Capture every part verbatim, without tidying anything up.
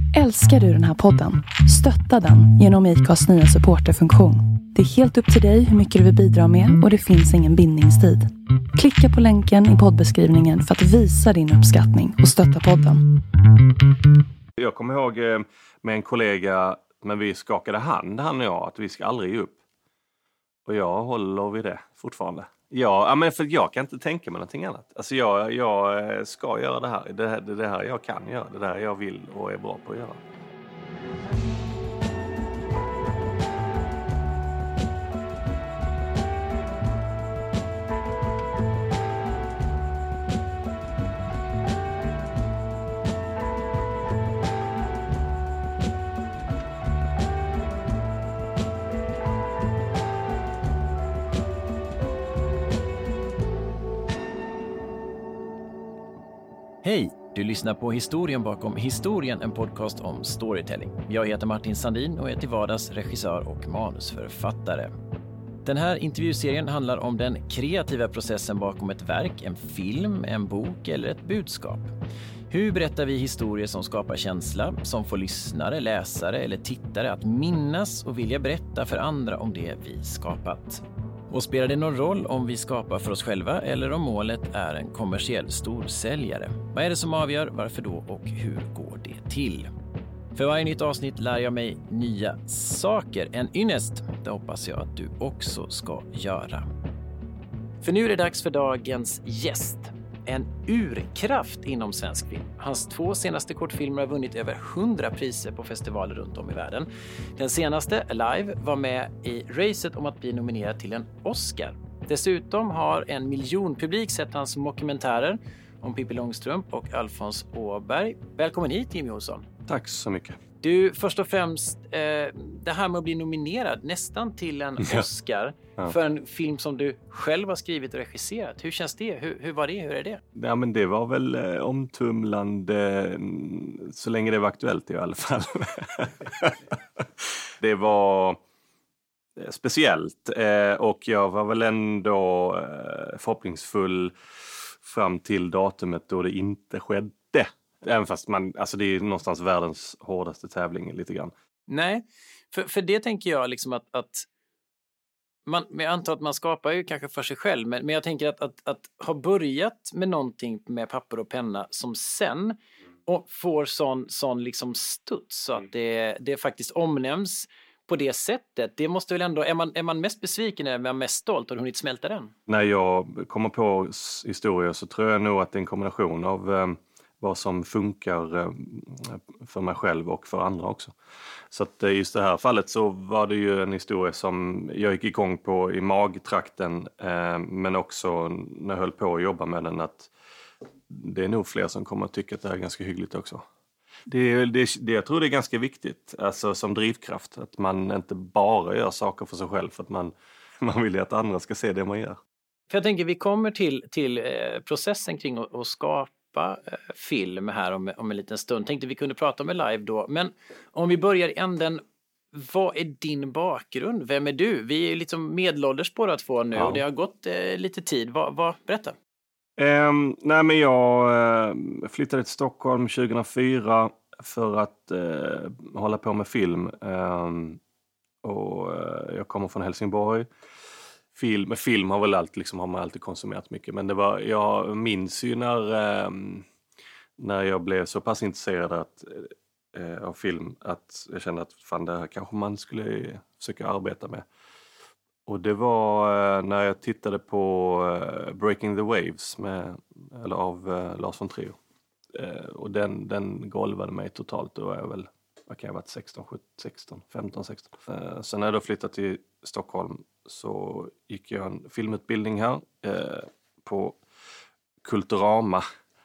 Älskar du den här podden? Stötta den genom I C A:s nya supporterfunktion. Det är helt upp till dig hur mycket du vill bidra med och det finns ingen bindningstid. Klicka på länken i poddbeskrivningen för att visa din uppskattning och stötta podden. Jag kommer ihåg med en kollega, men vi skakade hand, han och jag, att vi ska aldrig ge upp. Och jag håller vid det fortfarande. Ja, men för jag kan inte tänka mig någonting annat. Alltså jag, jag ska göra det här. Det, det, det här jag kan göra. Det där jag vill och är bra på att göra. Hej! Du lyssnar på Historien bakom historien, en podcast om storytelling. Jag heter Martin Sandin och är till vardags regissör och manusförfattare. Den här intervjuserien handlar om den kreativa processen bakom ett verk, en film, en bok eller ett budskap. Hur berättar vi historier som skapar känsla, som får lyssnare, läsare eller tittare att minnas och vilja berätta för andra om det vi skapat? Och spelar det någon roll om vi skapar för oss själva eller om målet är en kommersiell storsäljare? Vad är det som avgör, varför då och hur går det till? För varje nytt avsnitt lär jag mig nya saker. En ynnest, det hoppas jag att du också ska göra. För nu är det dags för dagens gäst. En urkraft inom svensk film. Hans två senaste kortfilmer har vunnit över hundra priser på festivaler runt om i världen. Den senaste, Alive, var med i racet om att bli nominerad till en Oscar. Dessutom har en miljonpublik sett hans dokumentärer om Pippi Långstrump och Alfons Åberg. Välkommen hit, Jimmy Olsson. Tack så mycket. Du, först och främst, eh, det här med att bli nominerad nästan till en Oscar ja. för en film som du själv har skrivit och regisserat. Hur känns det? Hur, hur var det? Hur är det? Ja, men det var väl eh, omtumlande så länge det var aktuellt i alla fall. Det var eh, speciellt eh, och jag var väl ändå eh, förhoppningsfull fram till datumet då det inte skedde. Även fast man, alltså det är någonstans världens hårdaste tävling lite grann. Nej, för, för det tänker jag liksom att, att man, jag antar att man skapar ju kanske för sig själv, men, men jag tänker att, att, att ha börjat med någonting med papper och penna som sen och får sån, sån liksom studs så att det, det faktiskt omnämns på det sättet. Det måste väl ändå, är man, är man mest besviken eller är man mest stolt? Har du hunnit smälta den? När jag kommer på historier så tror jag nog att det är en kombination av eh, vad som funkar för mig själv och för andra också. Så att i just det här fallet så var det ju en historia som jag gick igång på i magtrakten, eh, men också när jag höll på att jobba med den att det är nog fler som kommer att tycka att det är ganska hyggligt också. Det, det, det, jag tror det är ganska viktigt, alltså som drivkraft, att man inte bara gör saker för sig själv för att man, man vill att andra ska se det man gör. För jag tänker vi kommer till, till eh, processen kring att, att skapa film här om, om en liten stund. Tänkte vi kunde prata om Alive då. Men om vi börjar i änden, vad är din bakgrund? Vem är du? Vi är liksom medelålders båda två nu ja. Och det har gått eh, lite tid. Vad, vad, berätta. Um, nej men jag uh, flyttade till Stockholm tjugohundrafyra för att uh, hålla på med film. Um, och uh, jag kommer från Helsingborg. Film, film har väl alltid, liksom, har man alltid konsumerat mycket. Men det var, jag minns ju när, eh, när jag blev så pass intresserad att, eh, av film att jag kände att fan, det här kanske man skulle försöka arbeta med. Och det var eh, när jag tittade på eh, Breaking the Waves med, eller av eh, Lars von Trier. Eh, och den, den golvade mig totalt. Då var jag väl, vad kan jag ha varit, sexton, sjutton, sexton, femton, sexton. Eh, sen när jag då flyttade till Stockholm så gick jag en filmutbildning här eh, på Kulturama.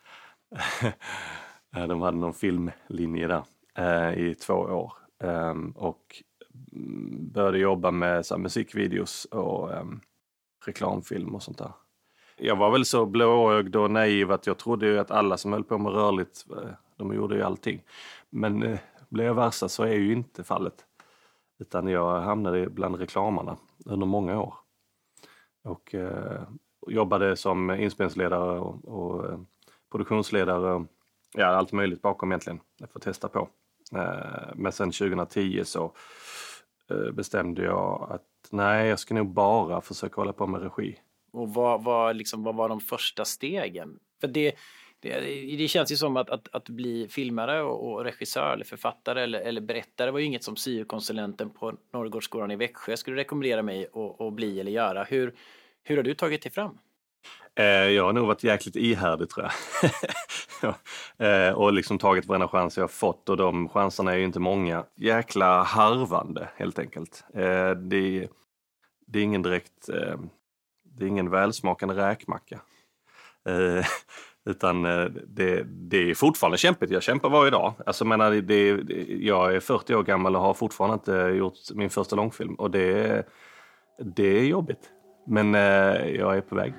De hade någon filmlinje där eh, i två år. Eh, och började jobba med så här, musikvideos och eh, reklamfilm och sånt där. Jag var väl så blåögd och naiv att jag trodde ju att alla som höll på med rörligt, de gjorde ju allting. Men eh, blev jag värsta så är ju inte fallet. Utan jag hamnade bland reklamarna under många år. Och eh, jobbade som inspelningsledare och, och eh, produktionsledare. Ja, allt möjligt bakom egentligen. För att testa på. Eh, men sen tjugohundratio så eh, bestämde jag att nej, jag ska nog bara försöka hålla på med regi. Och vad, vad, liksom, vad var de första stegen? För det, det, det känns ju som att, att, att bli filmare och, och regissör eller författare eller, eller berättare var ju inget som syokonsulenten på Norrgårdsskolan i Växjö skulle rekommendera mig att, att bli eller göra. Hur, hur har du tagit dig fram? Eh, jag har nog varit jäkligt ihärdig, tror jag. eh, och liksom tagit varenda chans jag har fått, och de chanserna är ju inte många. Jäkla harvande, helt enkelt. Eh, det, det är ingen direkt... Eh, det är ingen välsmakande räkmacka. Eh, utan eh, det, det är fortfarande kämpigt. Jag kämpar varje dag. Alltså, menar, det, det, jag är fyrtio år gammal och har fortfarande inte gjort min första långfilm. Och det, det är jobbigt. Men eh, jag är på väg.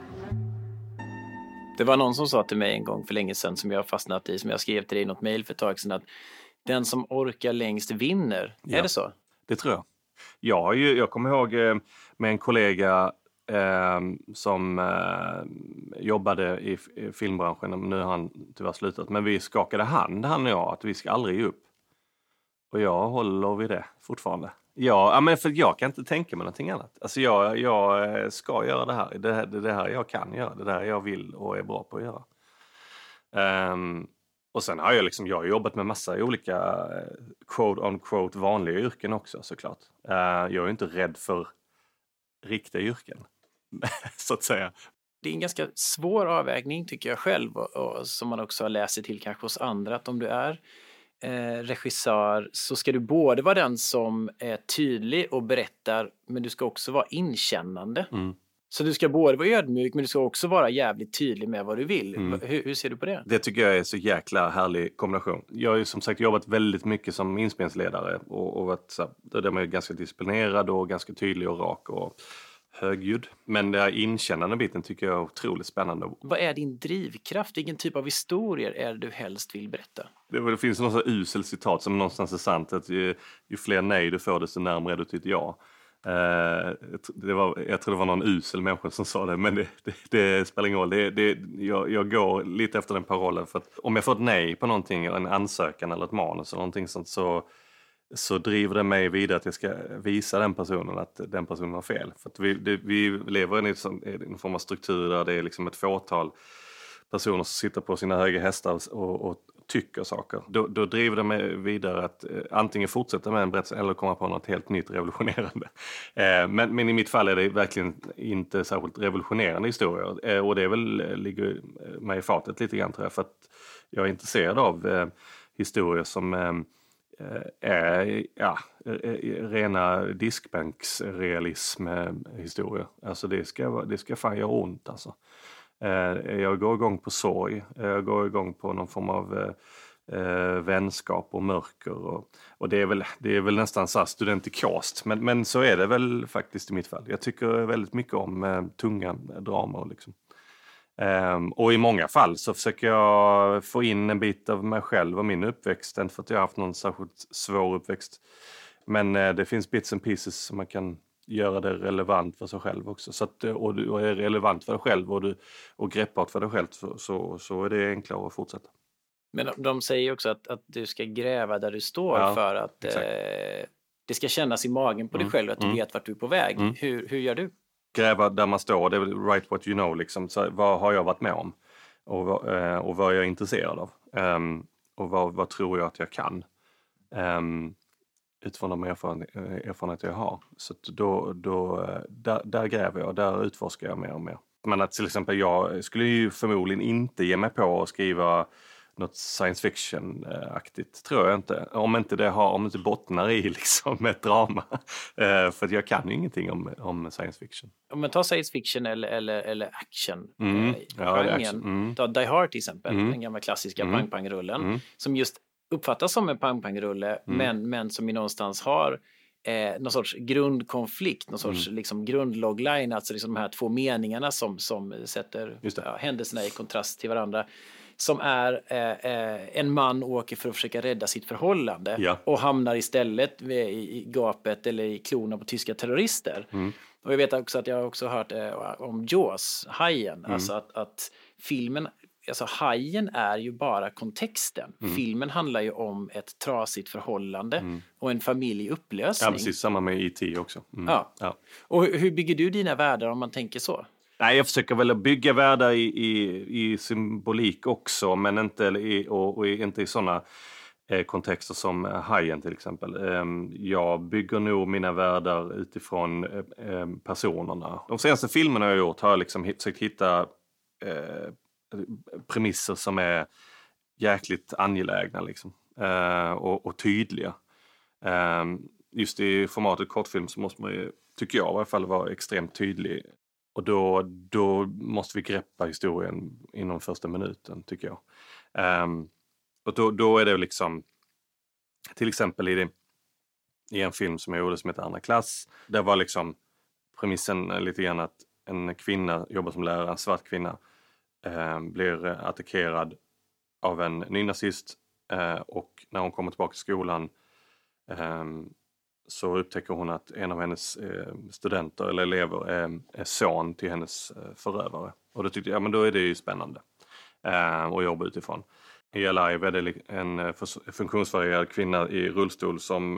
Det var någon som sa till mig en gång för länge sedan, som jag har fastnat i, som jag skrev till dig i något mejl för ett tag sedan, att den som orkar längst vinner. Ja, är det så? Det tror jag. Jag, jag kommer ihåg eh, med en kollega eh, som eh, jobbade i, i filmbranschen. Nu har han tyvärr slutat. Men vi skakade hand, han och jag, att vi ska aldrig ge upp. Och jag håller vid det fortfarande. Ja, men för jag kan inte tänka mig någonting annat. Alltså jag, jag ska göra det här. Det, det, det här jag kan göra. Det där jag vill och är bra på att göra. Um, och sen har jag liksom, jag har jobbat med massa olika quote on quote vanliga yrken också, såklart. Uh, jag är inte rädd för riktiga yrken, så att säga. Det är en ganska svår avvägning, tycker jag själv, och, och som man också har läst sig till kanske hos andra, att om du är Eh, regissör så ska du både vara den som är tydlig och berättar, men du ska också vara inkännande. Mm. Så du ska både vara ödmjuk, men du ska också vara jävligt tydlig med vad du vill. Mm. Hur, hur ser du på det? Det tycker jag är så jäkla härlig kombination. Jag har ju som sagt jobbat väldigt mycket som inspelningsledare och, och varit så, där man är ganska disciplinerad och ganska tydlig och rak och högljudd. Men den här inkännande biten tycker jag är otroligt spännande. Vad är din drivkraft? Vilken typ av historier är det du helst vill berätta? Det, det finns något så usel citat som någonstans är sant. Att ju, ju fler nej du får, desto närmare du till ett ja. Eh, det var, jag tror det var någon usel människa som sa det. Men det, det, det spelar ingen roll. Det, det, jag, jag går lite efter den parollen. För att om jag får ett nej på någonting, en ansökan eller ett manus eller någonting sånt, så så driver det mig vidare att jag ska visa den personen att den personen har fel. För att vi, det, vi lever i en, en form av struktur där det är liksom ett fåtal personer som sitter på sina höga hästar och, och tycker saker. Då, då driver det mig vidare att eh, antingen fortsätta med en berättelse eller komma på något helt nytt revolutionerande. Eh, men, men i mitt fall är det verkligen inte särskilt revolutionerande historier. Eh, och det är väl, ligger mig i fatet lite grann, tror jag. För att jag är intresserad av eh, historier som eh, är ja, rena diskbänksrealism historia. Alltså det ska, det ska fan göra ont alltså. Jag går igång på sorg. Jag går igång på någon form av eh, vänskap och mörker. Och, och det, är väl, det är väl nästan så här studentikost. Men, men så är det väl faktiskt i mitt fall. Jag tycker väldigt mycket om eh, tunga dramer liksom. Um, och i många fall så försöker jag få in en bit av mig själv och min uppväxt, inte för att jag har haft någon särskilt svår uppväxt, men uh, det finns bits and pieces som man kan göra det relevant för sig själv också, så att, och du och är relevant för dig själv och, du, och greppbart för dig själv, så, så, så är det enklare att fortsätta. Men de säger också att, att du ska gräva där du står, ja, för att eh, det ska kännas i magen på dig mm. själv, att du mm. vet vart du är på väg. Mm. Hur, hur gör du? Gräva där man står, det är väl right what you know liksom. Så vad har jag varit med om? Och, vad, och vad är jag intresserad av? Um, och vad, vad tror jag att jag kan? Um, utifrån de erfarenheter erfarenhet jag har. Så då, då, där, där gräver jag, där utforskar jag mer och mer. Men att till exempel jag skulle ju förmodligen inte ge mig på att skriva något science fiction-aktigt, tror jag inte. Om inte det har, om inte bottnar i liksom ett drama. För att jag kan ju ingenting om, om science fiction. Om man tar science fiction eller, eller, eller action. Mm. Eh, ja, det är action. Mm. Ta Die Hard till exempel, mm. den gamla klassiska mm. pang-pang-rullen. Mm. Som just uppfattas som en pang-pang-rulle, mm. men, men som i någonstans har eh, någon sorts grundkonflikt, någon sorts mm. liksom, grundlogline, alltså liksom de här två meningarna som, som sätter ja, händelserna i kontrast till varandra. Som är eh, en man åker för att försöka rädda sitt förhållande, ja. och hamnar istället i, i gapet eller i klorna på tyska terrorister. Mm. Och jag vet också att jag har också hört eh, om Jaws, hajen. Mm. Alltså att, att filmen alltså hajen är ju bara kontexten. Mm. Filmen handlar ju om ett trasigt förhållande Mm. och en familj i upplösning. Ja, precis. Samma med E T också. Mm. Ja. Ja. Och hur bygger du dina världar om man tänker så? Nej, jag försöker väl bygga världar i, i, i symbolik också, men inte i, och, och inte i sådana eh, kontexter som hajen till exempel. Eh, jag bygger nog mina världar utifrån eh, personerna. De senaste filmerna jag har gjort har jag liksom försökt hitta eh, premisser som är jäkligt angelägna liksom, eh, och, och tydliga. Eh, just i formatet kortfilm så måste man ju, tycker jag i alla fall, vara extremt tydlig. Och då, då måste vi greppa historien inom första minuten, tycker jag. Um, och då, då är det liksom, till exempel i, det, i en film som jag gjorde som heter Andra klass, där var liksom premissen lite grann att en kvinna jobbar som lärare, en svart kvinna, um, blir attackerad av en nynazist, uh, och när hon kommer tillbaka till skolan um, så upptäcker hon att en av hennes eh, studenter eller elever är, är son till hennes eh, förövare. Och då tyckte jag, ja men då är det ju spännande eh, att jobba utifrån. I Alive är det en eh, funktionsvarierad kvinna i rullstol som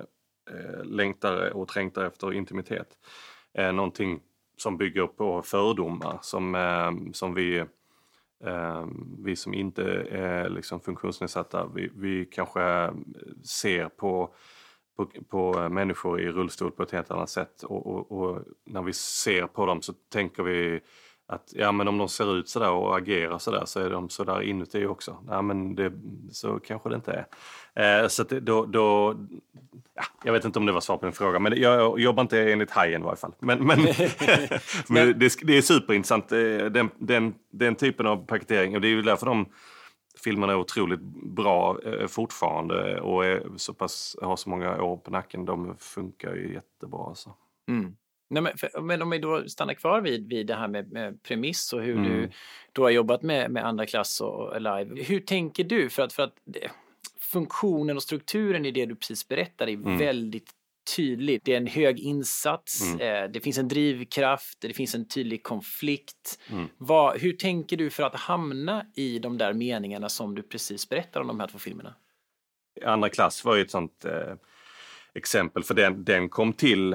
eh, längtar och trängtar efter intimitet. Eh, någonting som bygger på fördomar som, eh, som vi, eh, vi som inte är liksom funktionsnedsatta, vi, vi kanske ser på På, på människor i rullstol på ett helt annat sätt, och, och, och när vi ser på dem så tänker vi att ja, men om de ser ut sådär och agerar sådär så är de sådär inuti också. Nej, men det, så kanske det inte är. Eh, så att det, då, då ja, jag vet inte om det var svar på din fråga, men jag jobbar inte enligt hajen i varje fall. Men, men, men det, det är superintressant, den, den, den typen av paketering, och det är ju därför de filmerna är otroligt bra eh, fortfarande och är så pass, har så många år på nacken. De funkar ju jättebra. Alltså. Mm. Nej, men, för, men om vi då stannar kvar vid, vid det här med, med premiss och hur Mm. du då har jobbat med, med Andra klass och Alive. Hur tänker du? För att, för att det, funktionen och strukturen i det du precis berättade är Mm. väldigt tydligt. Det är en hög insats, Mm. eh, det finns en drivkraft, det finns en tydlig konflikt. Mm. Vad, hur tänker du för att hamna i de där meningarna som du precis berättade om de här två filmerna? Andra klass var ju ett sånt eh, exempel, för den, den kom till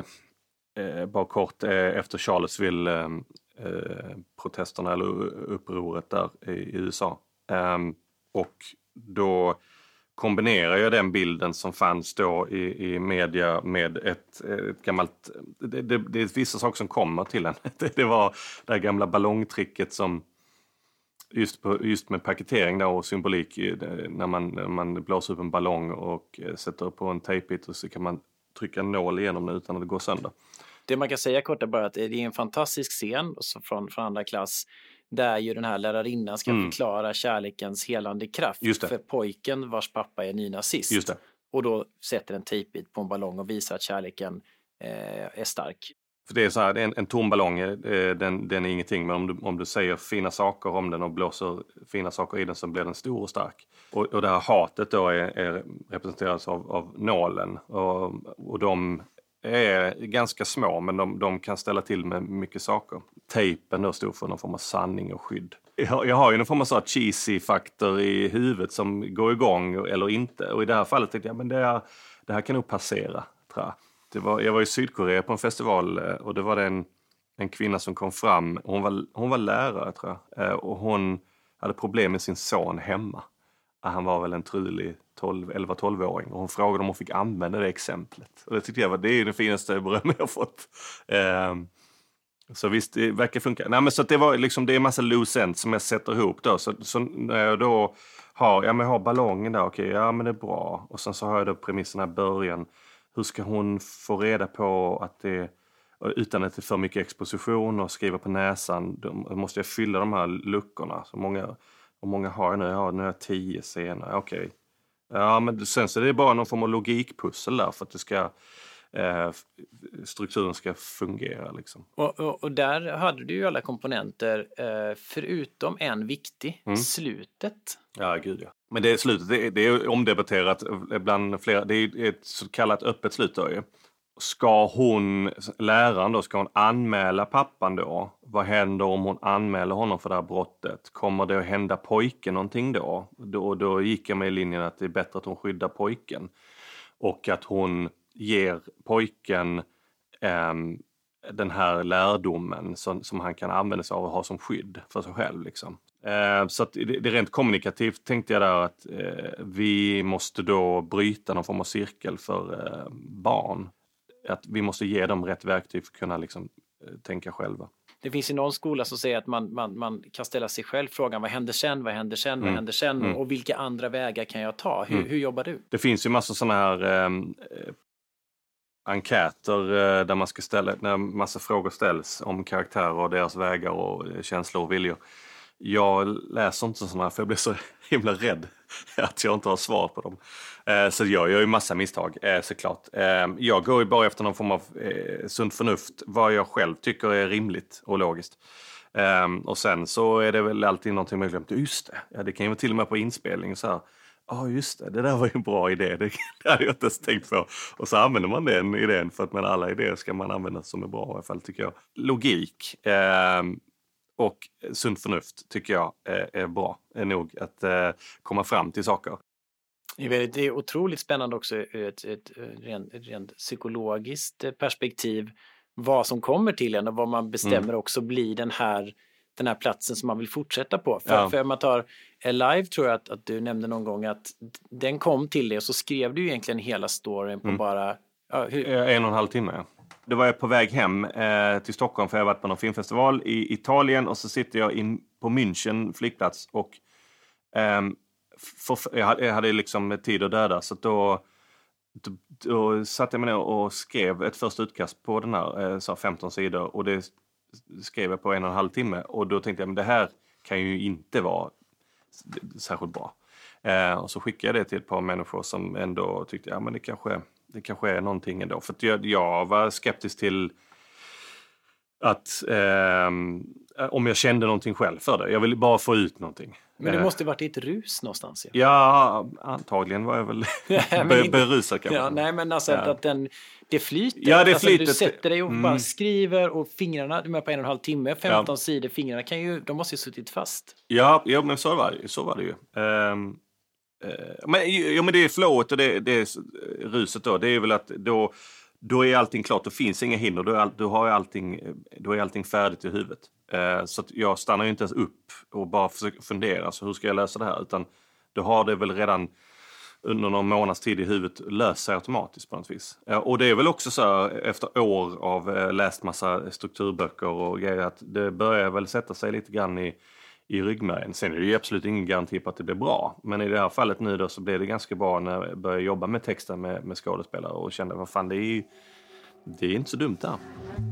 eh, bara kort eh, efter Charlottesville eh, eh, protesterna eller upproret där i, i U S A. Eh, och då kombinerar jag den bilden som fanns då i, i media med ett, ett gammalt... Det, det, det är vissa saker som kommer till en. Det, det var det här gamla ballongtricket som just, på, just med paketering då och symbolik, när man, när man blåser upp en ballong och sätter på en tejpbit och så kan man trycka en nål igenom den utan att det går sönder. Det man kan säga kort är bara att det är en fantastisk scen från, från Andra klass där ju den här lärarinnan ska Mm. förklara kärlekens helande kraft för pojken vars pappa är nynazist. Just det. Och då sätter en tejpbit på en ballong och visar att kärleken eh, är stark. För det är så här, en, en tom ballong, eh, den, den är ingenting, men om du, om du säger fina saker om den och blåser fina saker i den så blir den stor och stark. Och, och det här hatet då är, är representeras av, av nålen, och, och de är ganska små, men de, de kan ställa till med mycket saker. Tejpen då stod för någon form av sanning och skydd. Jag, jag har ju någon form av så här cheesy-faktor i huvudet som går igång eller inte. Och i det här fallet tänkte jag, men det, är, det här kan nog passera, tror jag. Det var, jag var i Sydkorea på en festival och det var det en, en kvinna som kom fram. Hon var, hon var lärare, tror jag. Och hon hade problem med sin son hemma. Han var väl en trulig elva tolv-åring. Och hon frågade om hon fick använda det exemplet. Och det tyckte jag var, det är det finaste beröm jag har fått. Um, så visst, det verkar funka. Nej, men så att det var liksom, det är en massa loose ends som jag sätter ihop då. Så, så när jag då har, ja men jag har ballongen där, okej, ja men det är bra. Och sen så har jag då premisserna i början. Hur ska hon få reda på att det, utan att det är för mycket exposition och skriva på näsan, då måste jag fylla de här luckorna. Så många, och många har jag nu, ja, nu har jag tio scener, okej. Okay. Ja, men sen så är det bara någon form av logikpussel där för att det ska, eh, strukturen ska fungera liksom. Och, och, och där hade du ju alla komponenter, eh, förutom en viktig, mm. slutet. Ja, gud ja. Men det är slutet, det är, det är omdebatterat bland flera, det är ett så kallat öppet slut då ju. Ska hon, läraren då, ska hon anmäla pappan då vad händer om hon anmäler honom för det här brottet? Kommer det att hända pojken någonting då? Då, då gick jag med i linjen att det är bättre att hon skyddar pojken. Och att hon ger pojken eh, den här lärdomen som, som han kan använda sig av och ha som skydd för sig själv. Liksom. Eh, så att det, det är rent kommunikativt tänkte jag där att eh, vi måste då bryta någon form av cirkel för eh, barn. Att vi måste ge dem rätt verktyg för att kunna liksom, eh, tänka själva. Det finns ju någon skola som säger att man, man, man kan ställa sig själv frågan vad händer sen, vad händer sen, mm. vad händer sen mm. och vilka andra vägar kan jag ta? Hur, mm. hur jobbar du? Det finns ju massa sådana här eh, enkäter eh, där man ska ställa, när massa frågor ställs om karaktärer och deras vägar och eh, känslor och viljor. Jag läser inte sådana här för jag blir så himla rädd att jag inte har svar på dem. Eh, så jag gör ju massa misstag eh, såklart. Eh, jag går ju bara efter någon form av eh, sunt förnuft. Vad jag själv tycker är rimligt och logiskt. Eh, och sen så är det väl alltid någonting man glömt. Just det, ja, det kan ju vara till och med på inspelning så här. Ja oh, just det, det där var ju en bra idé. Det hade jag inte ens tänkt på. Och så använder man den idén för att med alla idéer ska man använda som är bra i alla fall tycker jag. Logik. Eh, Och sunt förnuft tycker jag är, är bra. Är nog att eh, komma fram till saker. Det är, väldigt, det är otroligt spännande också ur ett, ett, ett, rent, ett rent psykologiskt perspektiv. Vad som kommer till en och vad man bestämmer mm. också blir den här, den här platsen som man vill fortsätta på. För, ja. för man tar Alive tror jag att, att du nämnde någon gång att den kom till dig och så skrev du egentligen hela storyn på mm. bara... Ja, hur... En och en halv timme, ja. Då var jag på väg hem eh, till Stockholm för jag har varit på någon filmfestival i Italien och så sitter jag in på München flygplats och eh, för, jag, hade, jag hade liksom tid att döda så då, då, då satte jag mig ner och skrev ett första utkast på den här eh, så femton sidor och det skrev jag på en och en halv timme och då tänkte jag men det här kan ju inte vara särskilt bra. Eh, och så skickade jag det till ett par människor som ändå tyckte ja men det kanske Det kanske är någonting ändå. För att jag, jag var skeptisk till att eh, om jag kände någonting själv för det. Jag ville bara få ut någonting. Men det måste varit i ett rus någonstans. Ja, ja antagligen var jag väl be, berusad kanske. Ja, nej, men alltså ja. att den, det flyter. Ja, det alltså, flyter. Du sätter dig och mm. bara skriver och fingrarna, du är på en och en halv timme, femton ja. sidor, fingrarna kan ju, de måste ju suttit fast. Ja, ja men så var det, så var det ju. Um, Men, ja, men det är flowet och det, det är ruset då. Det är väl att då, då är allting klart. Då finns inga hinder. Då är, all, då har jag allting, då är allting färdigt i huvudet. Eh, så att jag stannar ju inte ens upp och bara försöker fundera. Så hur ska jag lösa det här? Utan då har det väl redan under någon månads tid i huvudet löst sig automatiskt på något vis. Eh, och det är väl också så här, efter år av eh, läst massa strukturböcker och grejer att det börjar väl sätta sig lite grann i i ryggmärgen. Sen är det ju absolut ingen garanti på att det blir bra. Men i det här fallet nu då så blev det ganska bra när jag började jobba med texten med, med skådespelare och kände vad fan det är, det är inte så dumt där.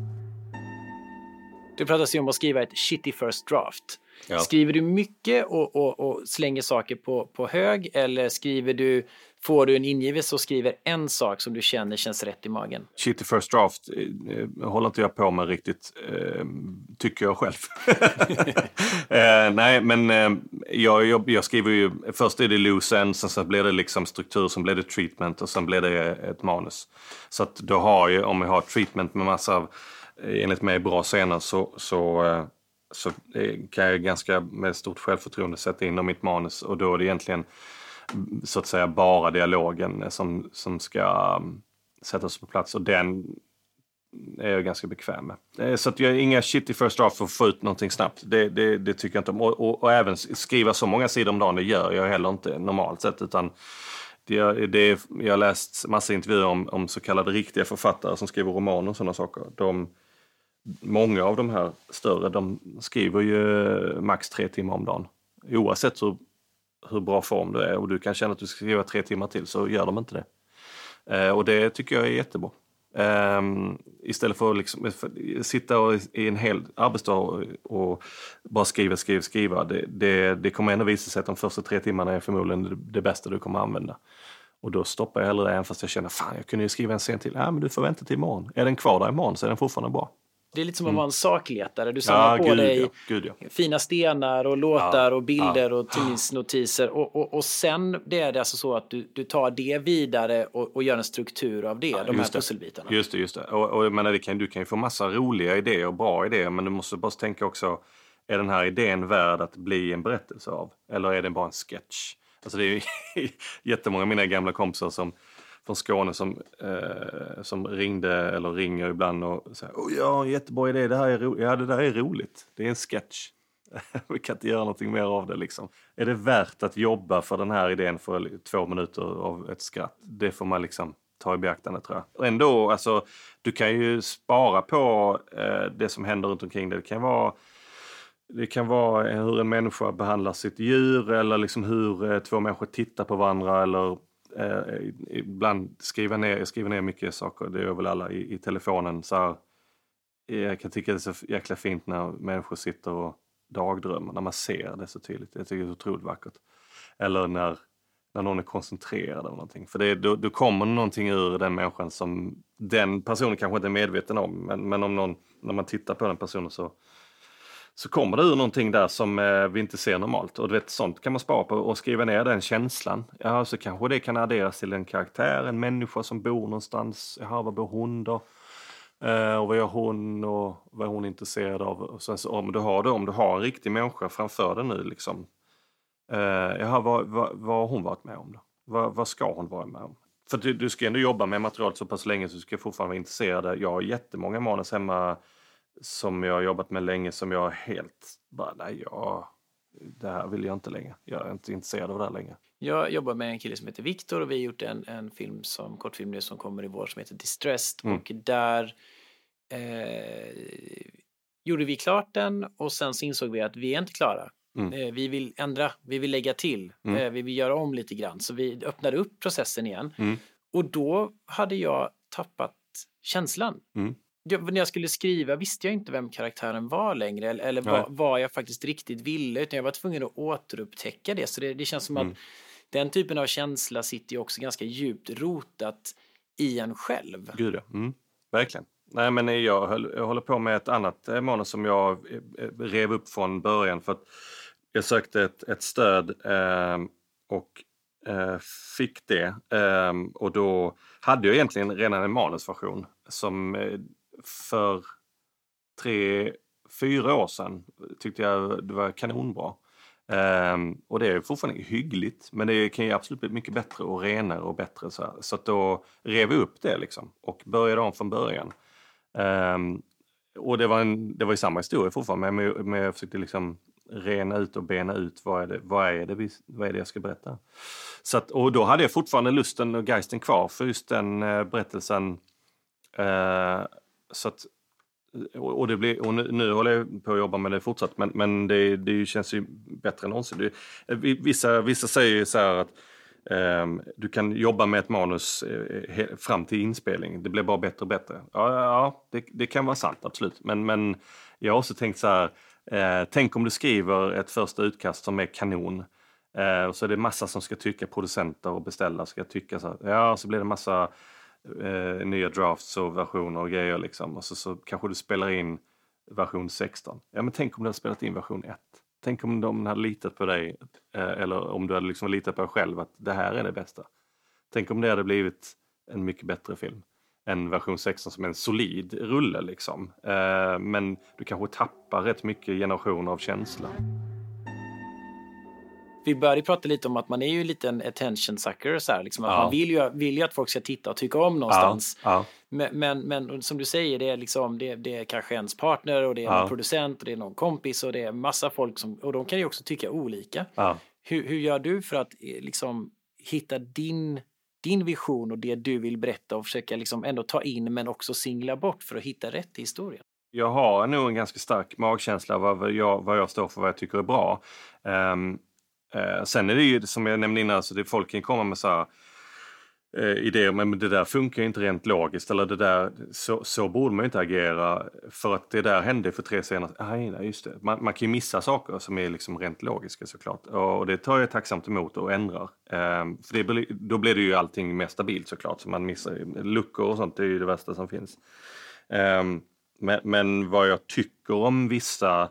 Du pratar ju om att skriva ett shitty first draft. Ja. Skriver du mycket och, och, och slänger saker på, på hög eller skriver du, får du en ingivelse och skriver en sak som du känner känns rätt i magen? Shitty first draft eh, håller inte jag på med riktigt, eh, tycker jag själv. eh, nej, men eh, jag, jag, jag skriver ju, först är det loose ends, sen så blir det liksom struktur, sen blir det treatment och sen blir det ett manus. Så att då har jag, om jag har treatment med massa av, enligt mig bra scener så, så, eh, så kan jag ganska med stort självförtroende sätta in i mitt manus och då är det egentligen så att säga bara dialogen som, som ska um, sättas på plats och den är jag ganska bekväm med. Så att jag har inga shitty first draft för att få ut någonting snabbt. Det, det, det tycker jag inte om. Och, och, och även skriva så många sidor om dagen, det gör jag heller inte normalt sett utan det, det, jag har läst massa intervjuer om, om så kallade riktiga författare som skriver romaner och sådana saker. De, många av de här större, de skriver ju max tre timmar om dagen. Oavsett hur hur bra form du är och du kan känna att du ska skriva tre timmar till så gör de inte det. Eh, och det tycker jag är jättebra. Eh, istället för att liksom, för, sitta och, i en hel arbetsdag och, och bara skriva, skriva, skriva. Det, det, det kommer ändå visa sig att de första tre timmarna är förmodligen det, det bästa du kommer använda. Och då stoppar jag hellre det även fast jag känner fan jag kunde ju skriva en scen till. Ja men du får vänta till imorgon. Är den kvar där imorgon så är den fortfarande bra. Det är lite som Mm. att vara en sakletare. Du samlar Ja, på gud, dig ja. Gud, ja. fina stenar och låtar Ja, och bilder ja. och tidningsnotiser. Och, och, och sen det är det alltså så att du, du tar det vidare och, och gör en struktur av det, de här Just det. pusselbitarna. Just det, just det. Och, och jag menar, det kan, du kan ju få massa roliga idéer och bra idéer, men du måste bara tänka också, är den här idén värd att bli en berättelse av? Eller är det bara en sketch? Alltså det är ju jättemånga av mina gamla kompisar som, från Skåne som, eh, som ringde eller ringer ibland och säger, oh, ja, jättebra idé, det här är roligt. Ja, det där är roligt. Det är en sketch. Vi kan inte göra någonting mer av det liksom. Är det värt att jobba för den här idén för två minuter av ett skratt? Det får man liksom ta i beaktande, tror jag. Och ändå, alltså, du kan ju spara på eh, det som händer runt omkring det. Det kan vara Det kan vara hur en människa behandlar sitt djur, eller liksom hur eh, två människor tittar på varandra, eller eh, ibland skriva ner, jag skriver ner mycket saker, det gör väl alla i, i telefonen. Så här, jag kan tycka det är så jäkla fint när människor sitter och dagdrömmer, när man ser det så tydligt. Jag tycker det är otroligt vackert. Eller när, när någon är koncentrerad av någonting. För det, då, då kommer någonting ur den människan som den personen kanske inte är medveten om. Men, men om någon, när man tittar på den personen så så kommer det ur någonting där som eh, vi inte ser normalt. Och du vet, sånt kan man spara på och skriva ner den känslan. Ja, så kanske det kan adderas till en karaktär, en människa som bor någonstans. Jaha, vad bor hon då? Eh, och vad gör hon och vad är hon intresserad av? Och sen så, om du har det, om du har en riktig människa framför dig nu liksom. Eh, jaha, vad, vad, vad har hon varit med om då? Vad, vad ska hon vara med om? För du, du ska ändå jobba med materialet så pass länge så du ska fortfarande vara intresserad. Jag har jättemånga manus hemma som jag har jobbat med länge, som jag helt bara, nej, jag, det här vill jag inte längre. Jag är inte intresserad av det här längre. Jag jobbar med en kille som heter Viktor och vi har gjort en, en film som kortfilm nu som kommer i vår som heter Distressed. Mm. Och där eh, gjorde vi klart den och sen så insåg vi att vi är inte klara. Mm. Eh, vi vill ändra, vi vill lägga till, mm. eh, vi vill göra om lite grann. Så vi öppnade upp processen igen. Mm. Och då hade jag tappat känslan. Mm. Jag, när jag skulle skriva visste jag inte vem karaktären var längre eller, eller vad, vad jag faktiskt riktigt ville, utan jag var tvungen att återupptäcka det. Så det, det känns som mm. att den typen av känsla sitter ju också ganska djupt rotat i en själv. Gud ja, mm. verkligen. Nej, men jag, höll, jag håller på med ett annat manus som jag rev upp från början, för att jag sökte ett, ett stöd eh, och eh, fick det. Eh, och då hade jag egentligen redan en manusversion som eh, för tre, fyra år sedan tyckte jag det var kanonbra. Um, och det är fortfarande hyggligt, men det kan ju absolut bli mycket bättre och renare och bättre. Så, så att då rev vi upp det liksom och började om från början. Um, och det var, en, det var ju samma historia fortfarande, men, men jag försökte liksom rena ut och bena ut vad är det, vad är det, vi, vad är det jag ska berätta. Så att, och då hade jag fortfarande lusten och geisten kvar för just den uh, berättelsen. Uh, så att Och, det blir, och nu, nu håller jag på att jobba med det fortsatt, men, men det, det känns ju bättre än någonsin. Det, vissa, vissa säger ju så här att um, du kan jobba med ett manus eh, he, fram till inspelning. Det blir bara bättre och bättre. Ja, ja det, det kan vara sant, absolut. Men, men jag har också tänkt så här, eh, tänk om du skriver ett första utkast som är kanon. Eh, och så är det massa som ska tycka, producenter och beställare ska tycka så här. Ja, så blir det massa Eh, nya drafts och versioner och grejer liksom. Och så, så kanske du spelar in version sexton. Ja, men tänk om du hade spelat in version ett. Tänk om de hade litat på dig eh, eller om du hade liksom litat på dig själv att det här är det bästa. Tänk om det hade blivit en mycket bättre film än version sexton som är en solid rulle liksom. Eh, men du kanske tappar rätt mycket generationer av känsla. Vi började prata lite om att man är ju lite en attention sucker så här, liksom, att ja. man vill ju, vill ju att folk ska titta och tycka om någonstans. Ja. Ja. Men, men, men som du säger, det är, liksom, det, det är kanske ens partner och det är ja. någon producent och det är någon kompis och det är massa folk som, och de kan ju också tycka olika. Ja. Hur, hur gör du för att liksom, hitta din, din vision och det du vill berätta och försöka liksom, ändå ta in men också singla bort för att hitta rätt i historien? Jag har nog en ganska stark magkänsla av vad jag, vad jag står för, vad jag tycker är bra. Um, Eh, sen är det ju som jag nämnde innan, så det folk kan komma med så här, eh, idéer, men det där funkar inte rent logiskt, eller det där, så, så borde man inte agera för att det där hände för tre scener. Nej, nej, just det. Man, man kan ju missa saker som är liksom rent logiska såklart, och det tar jag tacksamt emot och ändrar. Eh, för det, då blir det ju allting mer stabilt såklart, så man missar luckor och sånt, det är ju det värsta som finns. Eh, Men, men vad jag tycker om vissa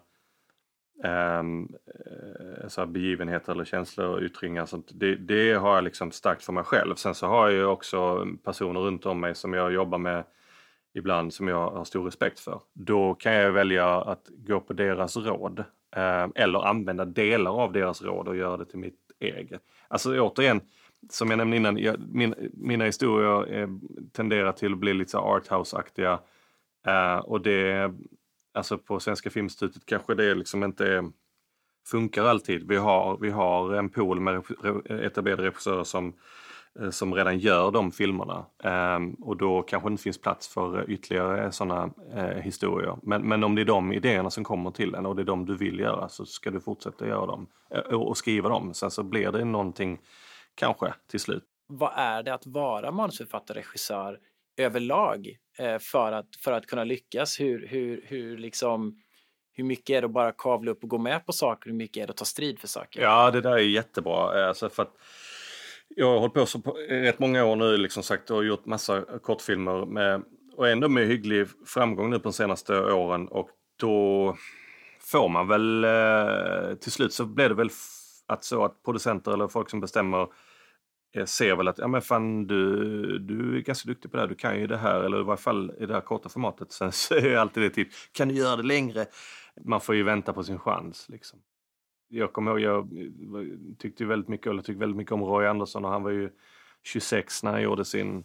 Um, så här begivenheter eller känslor och yttringar, sånt, det, det har jag liksom starkt för mig själv. Sen så har jag ju också personer runt om mig som jag jobbar med ibland som jag har stor respekt för. Då kan jag välja att gå på deras råd um, eller använda delar av deras råd och göra det till mitt eget. Alltså återigen, som jag nämnde innan, jag, min, mina historier eh, tenderar till att bli lite så arthouse-aktiga uh, och det alltså på Svenska Filminstitutet kanske det liksom inte funkar alltid. Vi har, vi har en pool med etablerade regissörer som, som redan gör de filmerna. Um, och då kanske det inte finns plats för ytterligare sådana uh, historier. Men, men om det är de idéerna som kommer till en och det är de du vill göra, så ska du fortsätta göra dem uh, och skriva dem. Sen så blir det någonting kanske till slut. Vad är det att vara manusförfattare, regissör överlag för att, för att kunna lyckas? Hur, hur, hur, liksom, hur mycket är det att bara kavla upp och gå med på saker? Hur mycket är det att ta strid för saker? Ja, det där är jättebra. Alltså för att jag har hållit på så på rätt många år nu, liksom sagt, och gjort massa kortfilmer med, och ändå med hygglig framgång nu på de senaste åren. Och då får man väl till slut så blir det väl att så att producenter eller folk som bestämmer ser väl att ja men fan du, du är ganska duktig på det här, du kan ju det här, eller i varje fall i det här korta formatet. Sen så är alltid det typ, kan du göra det längre? Man får ju vänta på sin chans liksom. Jag kommer ihåg, jag tyckte ju väldigt mycket, eller tyckte väldigt mycket om Roy Andersson, och han var ju tjugosex när han gjorde sin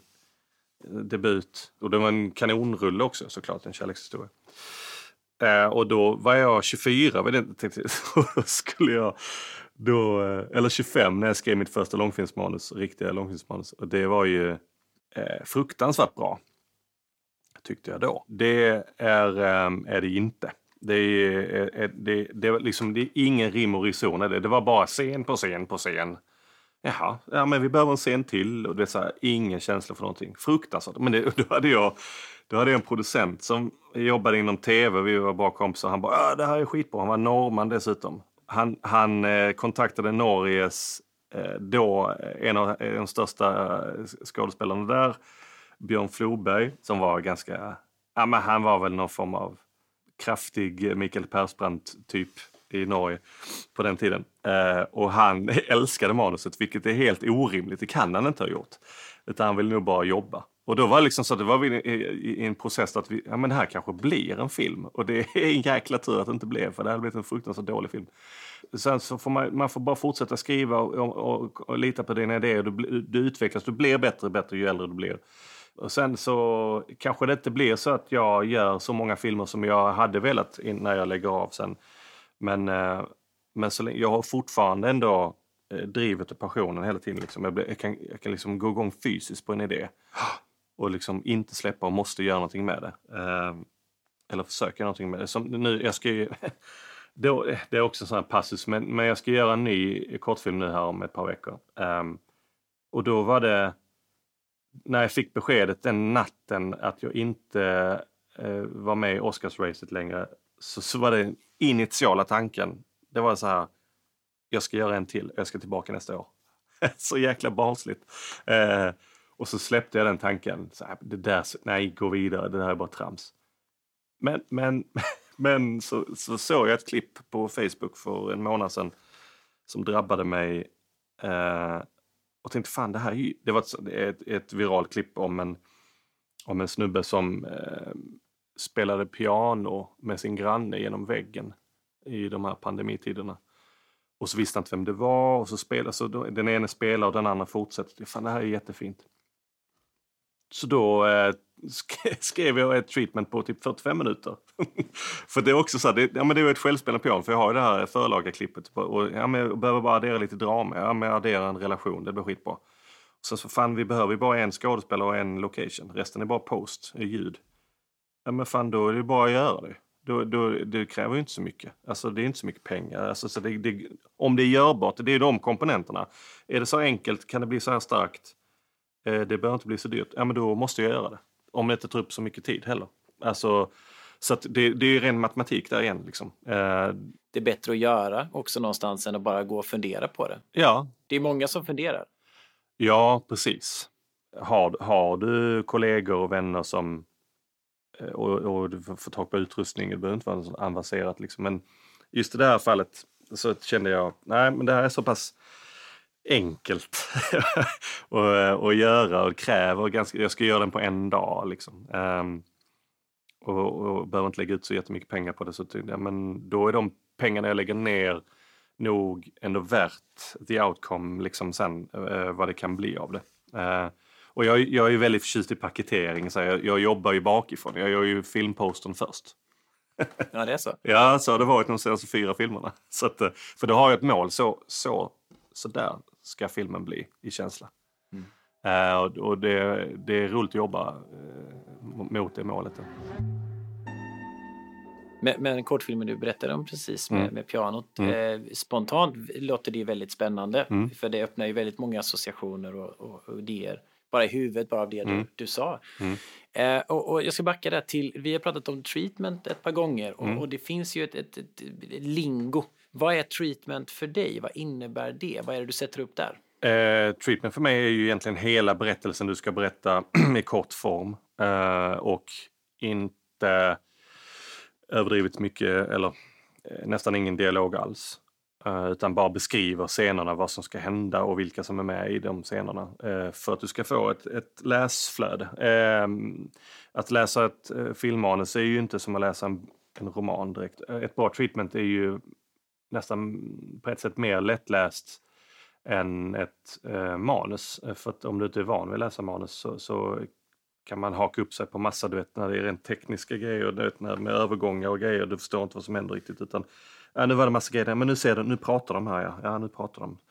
debut. Och det var en kanonrulle också, såklart, en kärlekshistoria. Eh, och då var jag tjugofyra, vid den, tänkte, då skulle jag då, eller tjugofem när jag skrev mitt första långfilmsmanus, riktiga långfilmsmanus. Och det var ju eh, fruktansvärt bra, tyckte jag då. Det är, eh, är det inte. Det är, är, det, det, är liksom, det är ingen rim och reson. Det, det var bara scen på scen på scen. Jaha, ja, men vi behöver en scen till. Och det är så här, ingen känsla för någonting. Fruktansvärt. Men det, då hade jag då hade jag en producent som jobbade inom tv. Vi var bra kompisar. Han bara, ja, det här är skitbra. Han var norrman dessutom. Han, han eh, kontaktade Norges, eh, då en av de största eh, skådespelarna där, Björn Floberg, som var ganska, ja men han var väl någon form av kraftig Mikael Persbrandt typ i Norge på den tiden. Eh, och han älskade manuset, vilket är helt orimligt. Det kan han inte ha gjort. Utan han ville nog bara jobba. Och då var det liksom så att det var vi i, i, i en process att vi, ja men det här kanske blir en film. Och det är en jäkla tur att det inte blev, för det hade blivit en fruktansvärt dålig film. Sen så får man, man får bara fortsätta skriva och, och, och, och lita på dina idéer. Du, du utvecklas, du blir bättre och bättre ju äldre du blir. Och sen så kanske det inte blir så att jag gör så många filmer som jag hade velat när jag lägger av sen. Men, men så, jag har fortfarande ändå drivet och passionen hela tiden. Liksom. Jag, blir, jag kan, jag kan liksom gå igång fysiskt på en idé. Och liksom inte släppa och måste göra någonting med det. Eh, eller försöka någonting med det. Som nu, jag ska ju, då, det är också en sån här passus. Men, men jag ska göra en ny kortfilm nu här om ett par veckor. Eh, och då var det, när jag fick beskedet den natten att jag inte eh, var med i Oscarsracet längre. Så, så var det initiala tanken. Det var så här, jag ska göra en till. Jag ska tillbaka nästa år. Så jäkla barnsligt. Eh, Och så släppte jag den tanken. Så här, det där, nej, gå vidare. Det där är bara trams. Men, men, men så, så såg jag ett klipp på Facebook för en månad sedan. Som drabbade mig. Eh, och tänkte, fan det här är ju, det var ett, ett, ett viralt klipp om en, om en snubbe som eh, spelade piano med sin granne genom väggen. I de här pandemitiderna. Och så visste han inte vem det var. Och så spelade, så då, den ene spelar och den andra fortsätter. Fan det här är jättefint. Så då eh, skrev jag ett treatment på typ fyrtiofem minuter. För det är också så här, det, ja, men det är ett självspelande piano. För jag har ju det här förlagarklippet. Och, ja, men jag behöver bara addera lite drama. Ja, men jag adderar en relation. Det blir skitbra. Så, så fan, vi behöver bara en skådespelare och en location. Resten är bara post, är ljud. Ja, men fan, då är det bara att göra det. Då, då, det kräver ju inte så mycket. Alltså det är inte så mycket pengar. Alltså, så det, det, om det är görbart, det är de komponenterna. Är det så enkelt, kan det bli så här starkt? Eh, det behöver inte bli så dyrt. Ja, men då måste jag göra det. Om det inte tar upp så mycket tid heller. Alltså, så att det, det är ren matematik där igen. Liksom. Eh, det är bättre att göra också någonstans än att bara gå och fundera på det. Ja. Det är många som funderar. Ja, precis. Har, har du kollegor och vänner som och, och du får tag på utrustning, det behöver inte vara så avancerat liksom. Men just i det här fallet så kände jag, nej men det här är så pass enkelt och, och göra och kräver ganska, jag ska göra den på en dag liksom. Um, och, och behöver inte lägga ut så jättemycket pengar på det, så tyckte jag, men då är de pengarna jag lägger ner nog ändå värt the outcome liksom sen, uh, vad det kan bli av det. Uh, och jag, jag är väldigt förtjust i paketering, så jag, jag jobbar ju bakifrån, jag gör ju filmposten först. Ja, det är så. Ja, så har det varit de senaste fyra filmerna. Så att, för då har jag ett mål, så, så, så där ska filmen bli i känsla. Mm. Uh, och och det, det är roligt att jobba uh, mot det målet. Men, men kortfilmen du berättade om precis med, mm. med pianot, mm. eh, spontant låter det väldigt spännande. Mm. För det öppnar ju väldigt många associationer och, och, och idéer. Bara i huvudet, bara av det mm. du, du sa. Mm. Eh, och, och jag ska backa där till, vi har pratat om treatment ett par gånger. Och, mm. och det finns ju ett, ett, ett, ett lingo. Vad är treatment för dig? Vad innebär det? Vad är det du sätter upp där? Eh, treatment för mig är ju egentligen hela berättelsen du ska berätta i kort form. Eh, och inte överdrivet mycket, eller eh, nästan ingen dialog alls. Uh, utan bara beskriver scenerna, vad som ska hända och vilka som är med i de scenerna. Uh, för att du ska få ett, ett läsflöde. Uh, att läsa ett uh, filmmanus är ju inte som att läsa en, en roman direkt. Uh, ett bra treatment är ju nästan på ett sätt mer lättläst än ett uh, manus. Uh, för att om du inte är van vid att läsa manus så, så kan man haka upp sig på massa, du vet, när det är rent tekniska grejer, du vet, när med övergångar och grejer, du förstår inte vad som händer riktigt, utan ja, nu var det massa grejer, men nu ser du, nu pratar de här, ja, ja nu pratar de.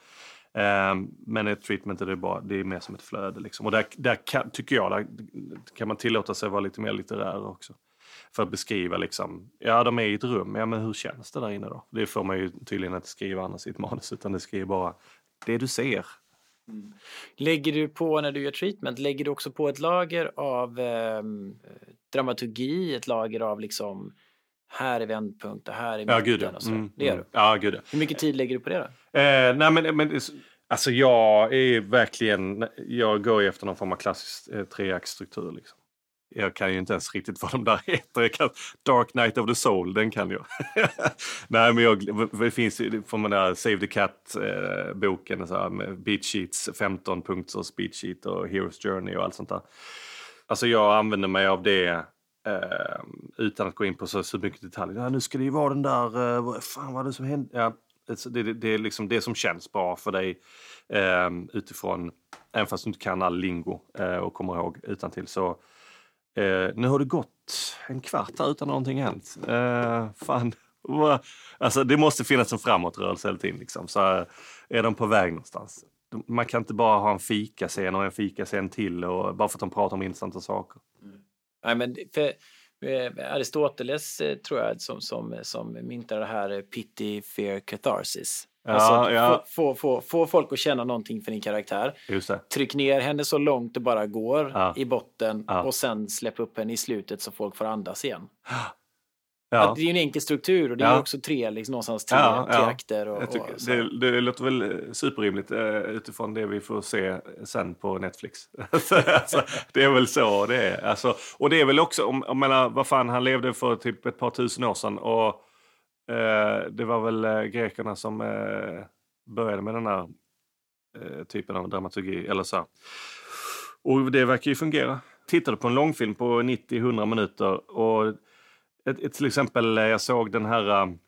Um, men ett treatment är det bara, det är mer som ett flöde liksom. Och där, där kan, tycker jag, där kan man tillåta sig att vara lite mer litterär också. För att beskriva liksom, ja de är i ett rum, ja men hur känns det där inne då? Det får man ju tydligen inte skriva annars i ett manus, utan det skriver bara det du ser. Mm. Lägger du på, när du gör treatment, lägger du också på ett lager av eh, dramaturgi, ett lager av liksom, här är vändpunkt och här är mitten, ja, gud, ja. och så. Mm, det gör du? Ja, gud ja. Hur mycket tid lägger du på det då? Eh, nej men, men alltså jag är verkligen, jag går ju efter någon form av klassisk eh, treaktstruktur liksom. Jag kan ju inte ens riktigt vad de där heter. Jag kan, Dark Knight of the Soul, den kan jag. Nej, men jag, det finns ju från den där Save the Cat-boken, eh, med beat sheets, femton punkters speed sheet och Hero's Journey och allt sånt där. Alltså jag använder mig av det eh, utan att gå in på så, så mycket detaljer. Ja, nu ska det ju vara den där, eh, vad fan var det som hände? Ja, det, det, det är liksom det som känns bra för dig eh, utifrån, även fast du inte kan all lingo eh, och kommer ihåg utan till så. Uh, nu har det gått en kvart här utan någonting hänt. Uh, fan. Alltså det måste finnas en framåtrörelse hela tiden. Liksom. Så uh, är de på väg någonstans. Man kan inte bara ha en fika-scen och en fika-scen till. Och, bara för att de pratar om intressanta saker. Mm. Nej, men för, eh, Aristoteles eh, tror jag som, som, som myntar det här pity, fear, catharsis. Ja, alltså, ja. Få, få, få, få folk att känna någonting för din karaktär. Just det. Tryck ner henne så långt det bara går ja. i botten ja. och sen släpp upp henne i slutet så folk får andas igen. Ja. Det är ju en enkel struktur och det ja. är också tre, liksom, någonstans tre, ja, tre ja. akter. Och, Jag tycker, och det, det låter väl superrimligt uh, utifrån det vi får se sen på Netflix. Alltså, det är väl så det är. Alltså, och det är väl också, om, om menar, vad fan, han levde för typ ett par tusen år sedan och uh, det var väl uh, grekerna som uh, började med den här uh, typen av dramaturgi. Eller så. Och det verkar ju fungera. Tittade på en långfilm på nittio till hundra minuter och ett, ett, till exempel jag såg den här uh,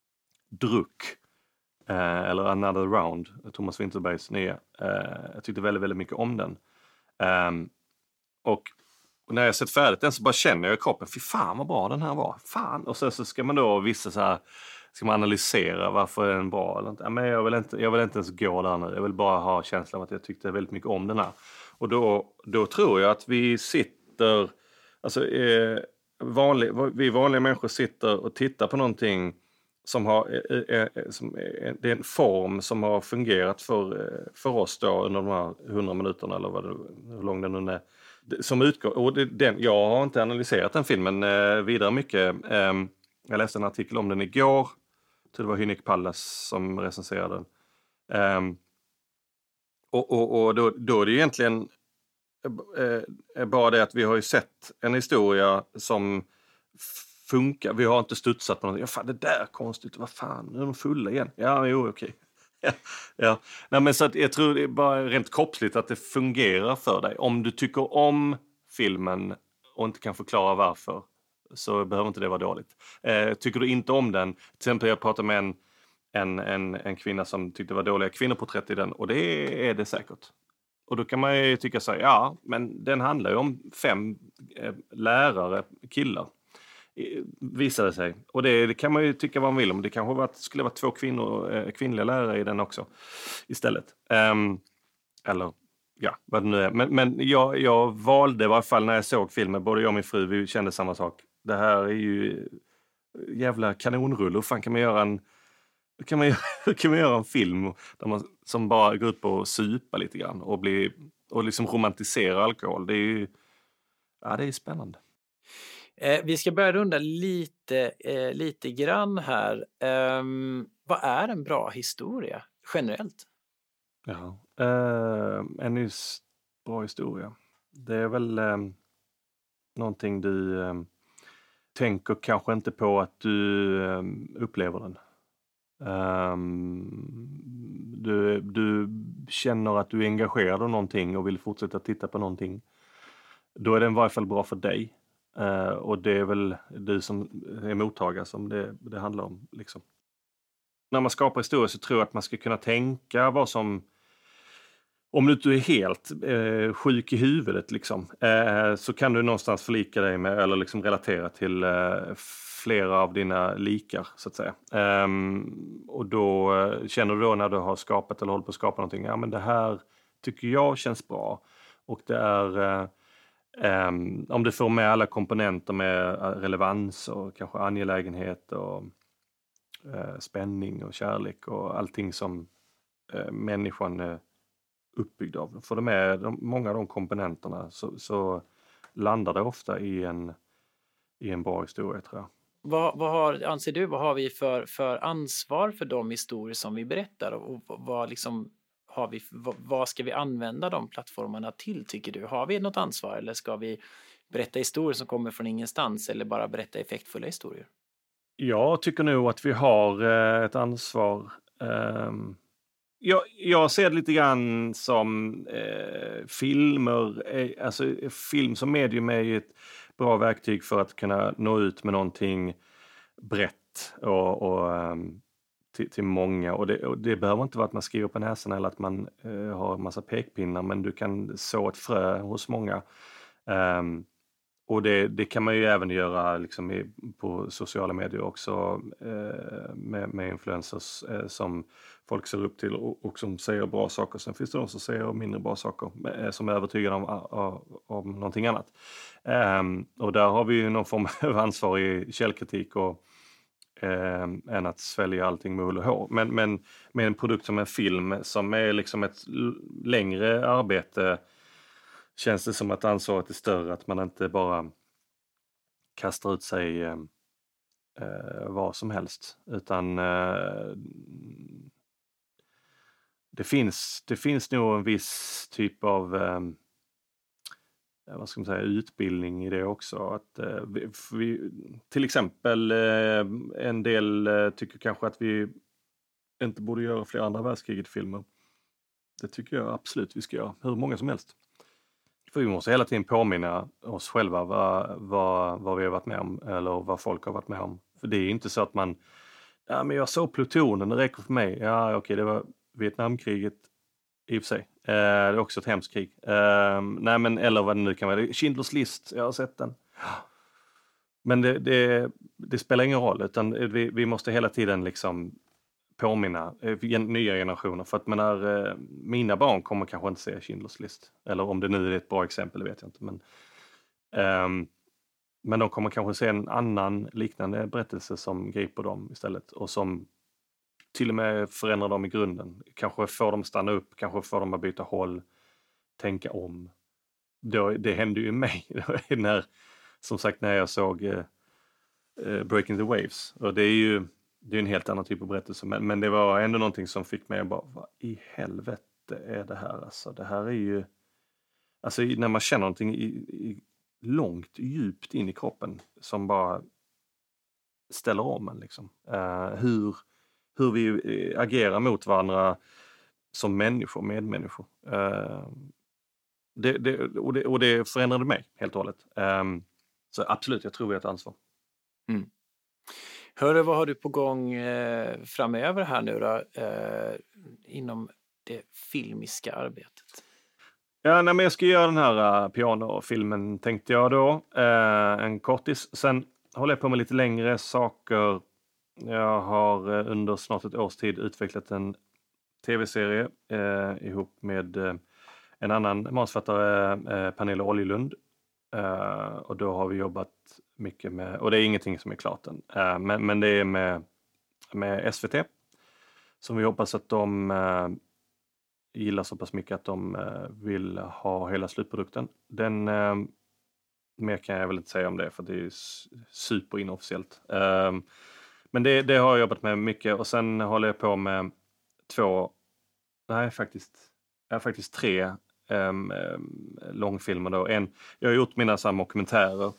Druck uh, eller Another Round, Thomas Winterbergs nya. Uh, jag tyckte väldigt, väldigt mycket om den. Um, och, och när jag sett färdigt den så bara känner jag i kroppen, fy fan vad bra den här var. Fan. Och så, så ska man då vissa så här, ska man analysera varför är den bra eller inte. Ja, men jag vill inte. Jag vill inte ens gå där nu. Jag vill bara ha känslan av att jag tyckte väldigt mycket om den här. Och då, då tror jag att vi sitter, alltså eh, vanlig, vi vanliga människor sitter och tittar på någonting som har, eh, eh, som, eh, det är en form som har fungerat för, eh, för oss då under de här hundra minuterna eller vad det, hur lång den nu är. Som utgår, och det, den, jag har inte analyserat den filmen eh, vidare mycket. Eh, jag läste en artikel om den igår. Det var Hynek Pallas som recenserade den. Eh, och och, och då, då är det egentligen är bara det att vi har ju sett en historia som funkar. Vi har inte studsat på något. Ja, fan, det där är konstigt. Vad fan, nu är de fulla igen. Ja, jo, okej. Ja, ja. Nej, men så att jag tror det är bara rent kroppsligt att det fungerar för dig. Om du tycker om filmen och inte kan förklara varför, så behöver inte det vara dåligt. Eh, tycker du inte om den, till exempel jag pratade med en, en, en, en kvinna som tyckte det var dåliga kvinnoporträtt i den, och det är det säkert. Och då kan man ju tycka så här, ja, men den handlar ju om fem eh, lärare, killar, eh, visade sig. Och det, det kan man ju tycka vad man vill om. Det kanske var, skulle vara två kvinnor, eh, kvinnliga lärare i den också istället. Um, eller ja, vad det nu är. Men, men jag, jag valde i alla fall när jag såg filmen, både jag och min fru, vi kände samma sak. Det här är ju jävla kanonrull. Hur fan kan man göra en, kan man göra, kan man göra en film där man, som bara går ut på att supa lite grann och, bli, och liksom romantisera alkohol? Det är ju ja, det är spännande. Eh, vi ska börja runda lite, eh, lite grann här. Eh, vad är en bra historia generellt? Ja, eh, en bra historia. Det är väl eh, någonting du eh, tänker kanske inte på att du eh, upplever den. Um, du, du känner att du är engagerad av någonting och vill fortsätta titta på någonting. Då är den i varje fall bra för dig. Uh, och det är väl du som är mottagare som det, det handlar om. Liksom. När man skapar historia så tror jag att man ska kunna tänka vad som... Om du inte är helt eh, sjuk i huvudet liksom, eh, så kan du någonstans förlika dig med eller liksom relatera till eh, flera av dina likar så att säga. Um, och då eh, känner du då när du har skapat eller håller på att skapa någonting, ja men det här tycker jag känns bra. Och det är, eh, um, om du får med alla komponenter med relevans och kanske angelägenhet och eh, spänning och kärlek och allting som eh, människan eh, uppbyggd av. Får du med de, många av de komponenterna så, så landar det ofta i en, i en bra historia, tror jag. Vad, vad har, anser du, vad har vi för, för ansvar för de historier som vi berättar? Och vad, liksom, har vi, vad, vad ska vi använda de plattformarna till, tycker du? Har vi något ansvar eller ska vi berätta historier som kommer från ingenstans eller bara berätta effektfulla historier? Jag tycker nog att vi har eh, ett ansvar. Um, Jag, jag ser det lite grann som eh, filmer, eh, alltså film som medium är ett bra verktyg för att kunna nå ut med någonting brett och, och um, till, till många. Och det, och det behöver inte vara att man skriver på näsan eller att man eh, har en massa pekpinnar, men du kan så ett frö hos många. Um, och det, det kan man ju även göra liksom i, på sociala medier också eh, med, med influencers eh, som folk ser upp till och, och som säger bra saker. Sen finns det de som säger mindre bra saker eh, som är övertygade om, om, om någonting annat. Eh, och där har vi ju någon form av ansvar i källkritik och eh, än att svälja allting med hull och hår. Men, men med en produkt som en film som är liksom ett längre arbete, känns det som att ansvaret är större, att man inte bara kastar ut sig eh, vad som helst, utan eh, det finns det finns nog en viss typ av eh, vad ska man säga, utbildning i det också. Att, eh, vi, vi, till exempel eh, en del eh, tycker kanske att vi inte borde göra fler andra världskriget-filmer. Det tycker jag absolut vi ska göra, hur många som helst. För vi måste hela tiden påminna oss själva vad, vad, vad vi har varit med om eller vad folk har varit med om. För det är inte så att man, ja men jag såg Plutonen, det räcker för mig. Ja okej, det var Vietnamkriget i och för sig. Eh, det är också ett hemskt krig. Eh, nej men, eller vad det nu kan vara. Schindler's list, jag har sett den. Men det, det, det spelar ingen roll, utan vi, vi måste hela tiden liksom påminna eh, nya generationer. För att menar, eh, mina barn kommer kanske inte se Schindler's list. Eller om det nu är ett bra exempel, vet jag inte. Men, eh, men de kommer kanske se en annan liknande berättelse som griper dem istället. Och som till och med förändrar dem i grunden. Kanske får dem stanna upp, kanske får dem att byta håll, tänka om. Då, det hände ju mig när, som sagt, när jag såg eh, Breaking the Waves. Och det är ju det är en helt annan typ av berättelse, men, men det var ändå någonting som fick mig att bara, vad i helvete är det här alltså? Det här är ju alltså när man känner någonting i, i, långt, djupt in i kroppen som bara ställer om en liksom. Uh, hur, hur vi agerar mot varandra som människor, medmänniskor. Uh, det, det, och, det, och det förändrade mig helt och hållet. Um, så absolut, jag tror vi har ett ansvar. Mm. Hörru, vad har du på gång eh, framöver här nu då, eh, inom det filmiska arbetet? Ja, nej, men jag ska göra den här uh, pianofilmen tänkte jag då. Uh, en kortis. Sen håller jag på med lite längre saker. Jag har uh, under snart ett års tid utvecklat en tv-serie uh, ihop med uh, en annan manusförfattare, uh, Pernilla Oljelund. Uh, och då har vi jobbat mycket med, och det är ingenting som är klart än, uh, men, men det är med, med S V T som vi hoppas att de uh, gillar så pass mycket att de uh, vill ha hela slutprodukten. Den, uh, mer kan jag väl inte säga om det för det är super inofficiellt. Uh, men det, det har jag jobbat med mycket och sen håller jag på med två, nej faktiskt, ja, faktiskt tre Um, um, långfilmer då. En, jag har gjort mina så här dokumentärer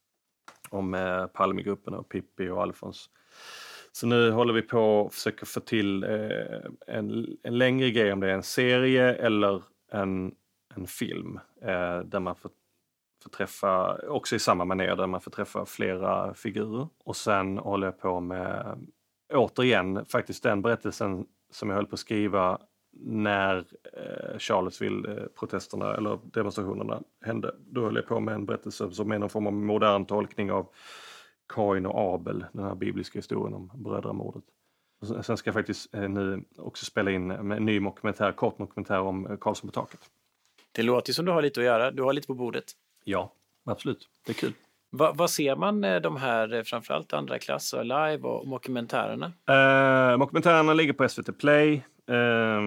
om uh, Palmegruppen och Pippi och Alfons. Så nu håller vi på och försöker få till uh, en, en längre grej om det är en serie eller en, en film uh, där man får, får träffa, också i samma manér där man får träffa flera figurer. Och sen håller jag på med återigen faktiskt den berättelsen som jag höll på att skriva när eh, Charlottesville-protesterna eller demonstrationerna hände. Då höll jag på med en berättelse som är någon form av modern tolkning av Kain och Abel, den här bibliska historien om brödramordet. Och sen ska jag faktiskt eh, nu också spela in en ny dokumentär, kort dokumentär om eh, Karlsson på taket. Det låter ju som du har lite att göra, du har lite på bordet. Ja, absolut. Det är kul. Va, vad ser man de här, framförallt andra klass och live och dokumentärerna? Eh, dokumentärerna ligger på S V T Play. Eh,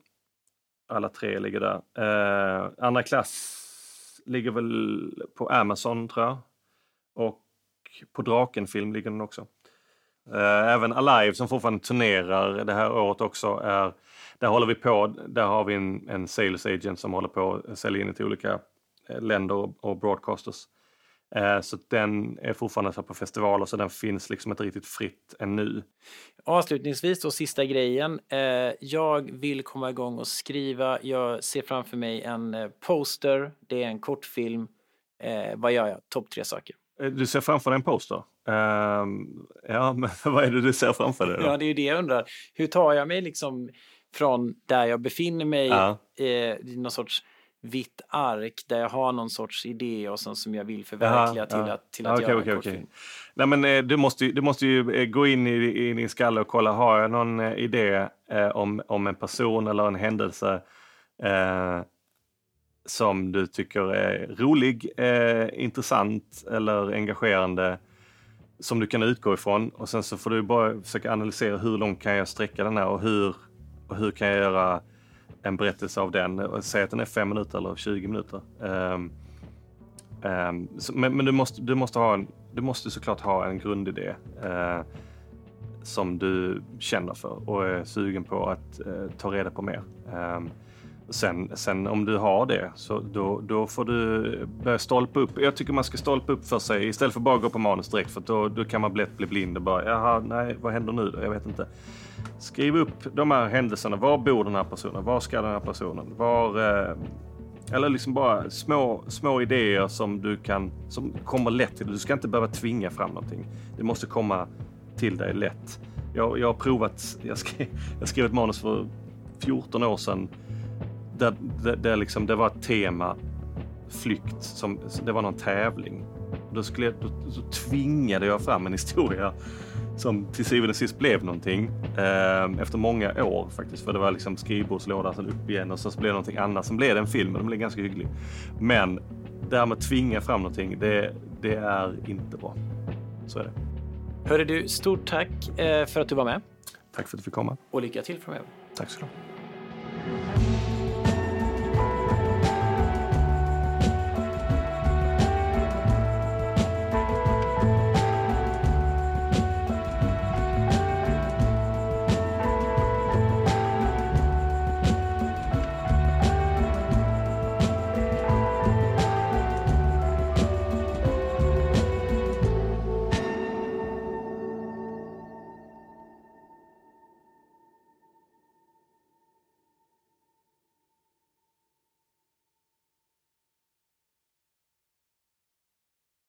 alla tre ligger där. Eh, andra klass ligger väl på Amazon tror jag. Och på Drakenfilm ligger den också. Eh, även Alive som fortfarande turnerar det här året också. Är, där håller vi på. Där har vi en, en sales agent som håller på att sälja in till olika länder och, och broadcasters. Eh, så den är fortfarande så på festivaler så den finns liksom inte riktigt fritt ännu. Avslutningsvis och sista grejen. Eh, jag vill komma igång och skriva. Jag ser framför mig en eh, poster. Det är en kortfilm. Eh, vad gör jag? Topp tre saker. Eh, du ser framför dig en poster? Eh, ja, men vad är det du ser framför dig då? Ja, det är ju det jag undrar. Hur tar jag mig liksom från där jag befinner mig ja. eh, i någon sorts vitt ark där jag har någon sorts idé och sånt som jag vill förverkliga ja, till ja. att, till att okay, göra okay, en okay. kortfilm. Nej, men eh, du måste, du måste ju eh, gå in i, i din skalle och kolla, har jag någon eh, idé eh, om, om en person eller en händelse eh, som du tycker är rolig, eh, intressant eller engagerande som du kan utgå ifrån och sen så får du bara försöka analysera hur långt kan jag sträcka den här och hur, och hur kan jag göra en berättelse av den och säga att den är fem minuter eller tjugo minuter. Um, um, så, men men du, måste, du, måste ha en, du måste såklart ha en grundidé uh, som du känner för och är sugen på att uh, ta reda på mer. Um, sen, sen om du har det så då, då får du börja stolpa upp. Jag tycker man ska stolpa upp för sig istället för bara gå på manus direkt för då, då kan man lätt bli blind och bara, jaha, nej, vad händer nu då? Jag vet inte. Skriv upp de här händelserna. Var bor den här personen? Var ska den här personen? Var, eh, eller liksom bara små, små idéer som du kan, som kommer lätt till. Du ska inte behöva tvinga fram någonting. Det måste komma till dig lätt. Jag, jag har provat, jag skrev, jag skrev ett manus för fjorton år sedan där, där, där liksom, det var ett tema flykt, som, det var någon tävling. Då, skulle jag, då, då tvingade jag fram en historia som till syvende och sist blev någonting eh, efter många år faktiskt, för det var liksom skrivbordslådan sen upp igen och så blev det någonting annat som blev en film och den blev ganska hygglig. Men det här med att tvinga fram någonting, det, det är inte bra. Så är det. Hörde du, stort tack eh, för att du var med. Tack för att du fick komma. Och lycka till framöver. Tack så mycket.